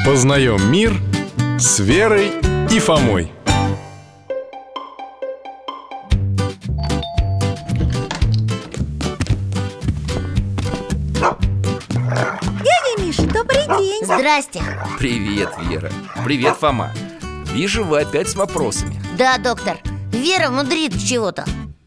Познаем мир с Верой и Фомой. Дядя Миша, добрый день. Здрасте. Привет, Вера. Привет, Фома. Вижу, вы опять с вопросами. Да, доктор, Вера мудрит чего-то.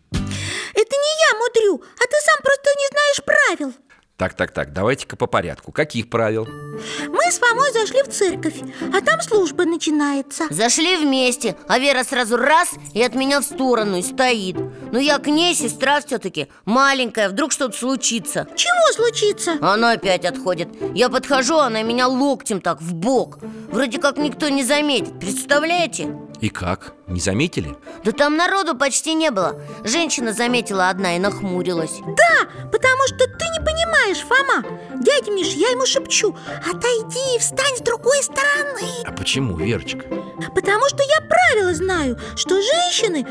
Это не я мудрю, а ты сам просто не знаешь правил. Так, давайте-ка по порядку. Каких правил? Мы с Фомой зашли в церковь, а там служба начинается. Зашли вместе, а Вера сразу раз и от меня в сторону и стоит. Но я к ней, сестра все-таки маленькая, вдруг что-то случится. Чего случится? Она опять отходит. Я подхожу, она меня локтем так в бок. Вроде как никто не заметит, представляете? И как? Не заметили? Да там народу почти не было. Женщина заметила одна и нахмурилась. Да, потому что ты не понимаешь, Фома. Дядя Миш, я ему шепчу: отойди и встань с другой стороны. А почему, Верочка? Потому что я правила знаю, что женщины,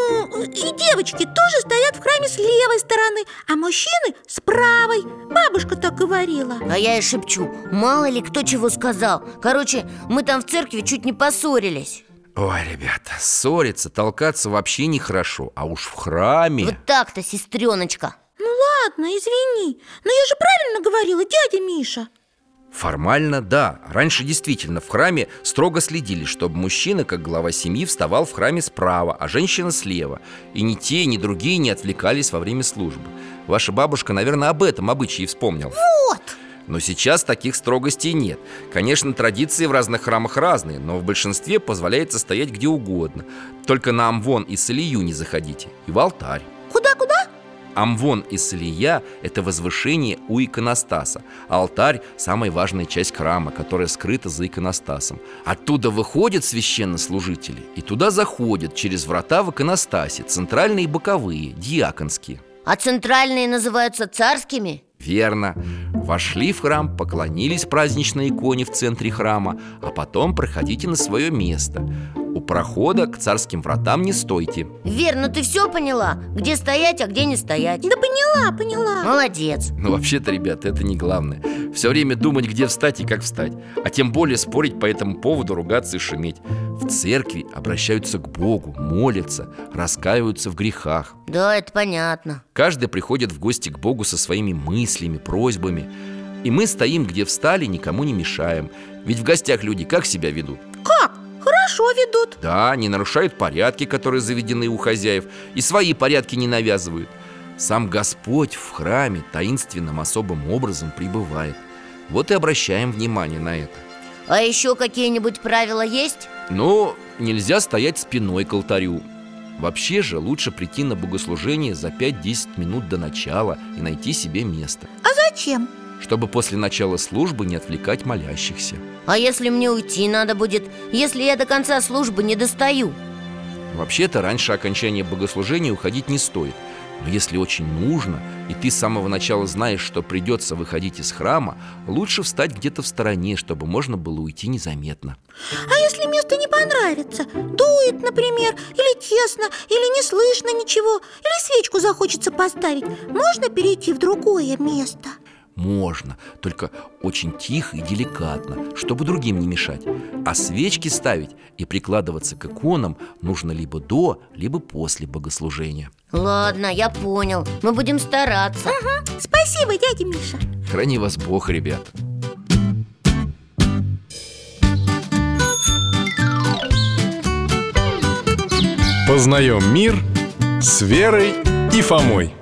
и девочки тоже стоят в храме с левой стороны, а мужчины с правой. Бабушка так говорила. А я и шепчу: мало ли кто чего сказал. Короче, мы там в церкви чуть не поссорились. Ой, ребята, ссориться, толкаться вообще нехорошо. А уж в храме... Вот так-то, сестреночка. Ну ладно, извини, но я же правильно говорила, дядя Миша. Формально, да. Раньше действительно в храме строго следили, чтобы мужчина, как глава семьи, вставал в храме справа, а женщина слева. И ни те, ни другие не отвлекались во время службы. Ваша бабушка, наверное, об этом обычае вспомнила. Вот. Но сейчас таких строгостей нет. Конечно, традиции в разных храмах разные, но в большинстве позволяется стоять где угодно. Только на амвон и солию не заходите. И в алтарь. Куда? Амвон и солия – это возвышение у иконостаса. А алтарь – самая важная часть храма, которая скрыта за иконостасом. Оттуда выходят священнослужители и туда заходят через врата в иконостасе, центральные и боковые, диаконские. А центральные называются царскими? Верно. Вошли в храм, поклонились праздничной иконе в центре храма, а потом проходите на свое место. У прохода к царским вратам не стойте. Верно, ты все поняла? Где стоять, а где не стоять? Да поняла. Молодец. Но вообще-то, ребята, это не главное. Все время думать, где встать и как встать. А тем более спорить по этому поводу, ругаться и шуметь. В церкви обращаются к Богу, молятся, раскаиваются в грехах. Да, это понятно. Каждый приходит в гости к Богу со своими мыслями, просьбами. И мы стоим, где встали, никому не мешаем. Ведь в гостях люди как себя ведут? Как? Хорошо ведут. Да, не нарушают порядки, которые заведены у хозяев, и свои порядки не навязывают. Сам Господь в храме таинственным особым образом пребывает. Вот и обращаем внимание на это. А еще какие-нибудь правила есть? Но нельзя стоять спиной к алтарю. Вообще же лучше прийти на богослужение за 5-10 минут до начала и найти себе место, А зачем? чтобы после начала службы не отвлекать молящихся. А если мне уйти надо будет, если я до конца службы не достаю? Вообще-то раньше окончания богослужения уходить не стоит. Но если очень нужно, и ты с самого начала знаешь, что придется выходить из храма, лучше встать где-то в стороне, чтобы можно было уйти незаметно. А если место не понравится? Дует, например, или тесно, или не слышно ничего, или свечку захочется поставить, можно перейти в другое место? Можно, только очень тихо и деликатно, чтобы другим не мешать. А свечки ставить и прикладываться к иконам нужно либо до, либо после богослужения. Ладно, я понял. Мы будем стараться. Спасибо, дядя Миша. Храни вас Бог, ребят. Познаем мир с Верой и Фомой.